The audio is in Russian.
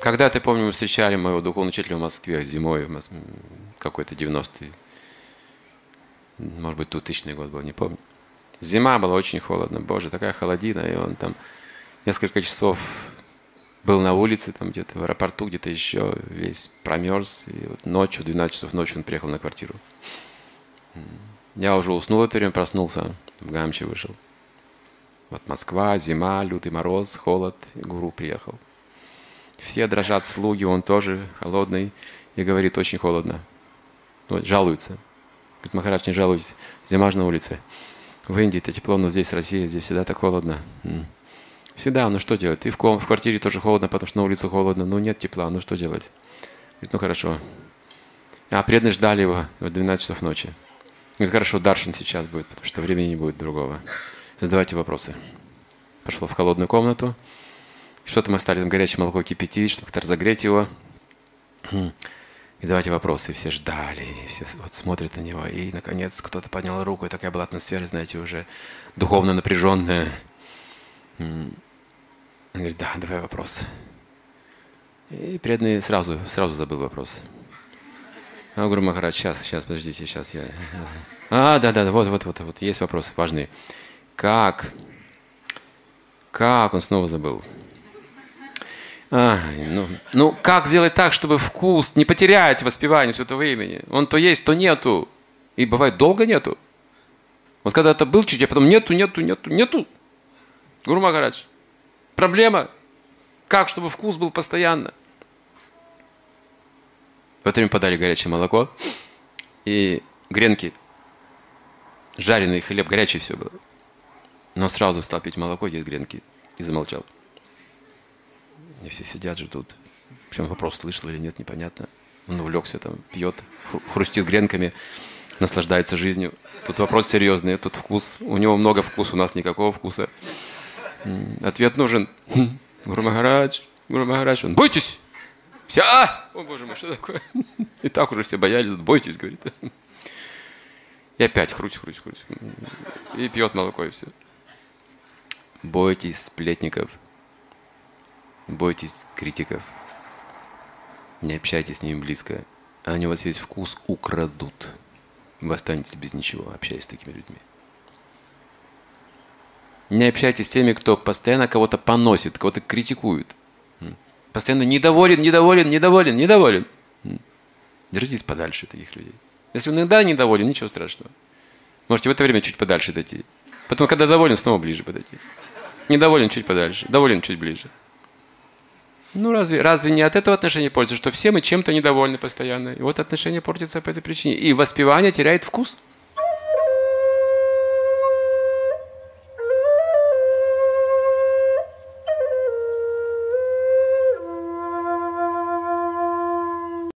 Когда-то, помню, мы встречали моего духовного учителя в Москве зимой, какой-то 90-й, может быть, 2000 год был, не помню. Зима была, очень холодно, боже, такая холодина, и он там несколько часов был на улице, там где-то в аэропорту, где-то еще, весь промерз, и вот ночью, 12 часов ночи он приехал на квартиру. Я уже уснул в это время, проснулся, в Гамче вышел. Вот Москва, зима, лютый мороз, холод, и гуру приехал. Все дрожат, слуги, он тоже холодный, и говорит, очень холодно. Вот, жалуется. Говорит, Махарадж, не жалуйтесь, зима же на улице. В Индии-то тепло, но здесь, Россия, здесь всегда так холодно. Всегда, ну что делать? И в квартире тоже холодно, потому что на улице холодно, ну нет тепла, ну что делать? Говорит, ну хорошо. А преданные ждали его в 12 часов ночи. Говорит, хорошо, даршан сейчас будет, потому что времени не будет другого. Задавайте вопросы. Пошел в холодную комнату. Что-то мы стали там горячее молоко кипятить, чтобы как-то разогреть его. И давайте вопросы. И все ждали, и все вот смотрят на него. И, наконец, кто-то поднял руку, и такая была атмосфера, знаете, уже духовно напряженная. Он говорит, да, давай вопрос. И преданный сразу забыл вопрос. А Гуру Махарадж, сейчас, подождите, сейчас я... Да, вот, есть вопросы важные. Как он снова забыл? Как сделать так, чтобы вкус не потерять воспевание святого имени? Он то есть, то нету. И бывает, долго нету. Вот когда-то был чуть, а потом нету. Гуру Махарадж, проблема. Как, чтобы вкус был постоянно? В это время подали горячее молоко и гренки, жареный хлеб, горячее все было. Но сразу стал пить молоко, ест гренки и замолчал. И все сидят, ждут. Причем вопрос слышал или нет, непонятно. Он увлекся, там, пьет, хрустит гренками, наслаждается жизнью. Тут вопрос серьезный, тут вкус. У него много вкуса, у нас никакого вкуса. Ответ нужен. Гуру Махарадж, он, бойтесь! Все, о боже мой, что такое? И так уже все боялись, бойтесь, говорит. И опять хрусь. И пьет молоко, и все. Бойтесь сплетников. Бойтесь критиков. Не общайтесь с ними близко. Они у вас весь вкус украдут. Вы останетесь без ничего, общаясь с такими людьми. Не общайтесь с теми, кто постоянно кого-то поносит, кого-то критикует. Постоянно недоволен. Держитесь подальше от таких людей. Если он иногда недоволен, ничего страшного. Можете в это время чуть подальше дойти. Потом, когда доволен, снова ближе подойти. Недоволен чуть подальше, доволен чуть ближе. Ну разве не от этого отношения пользуется, что все мы чем-то недовольны постоянно? И вот отношения портятся по этой причине. И воспевание теряет вкус.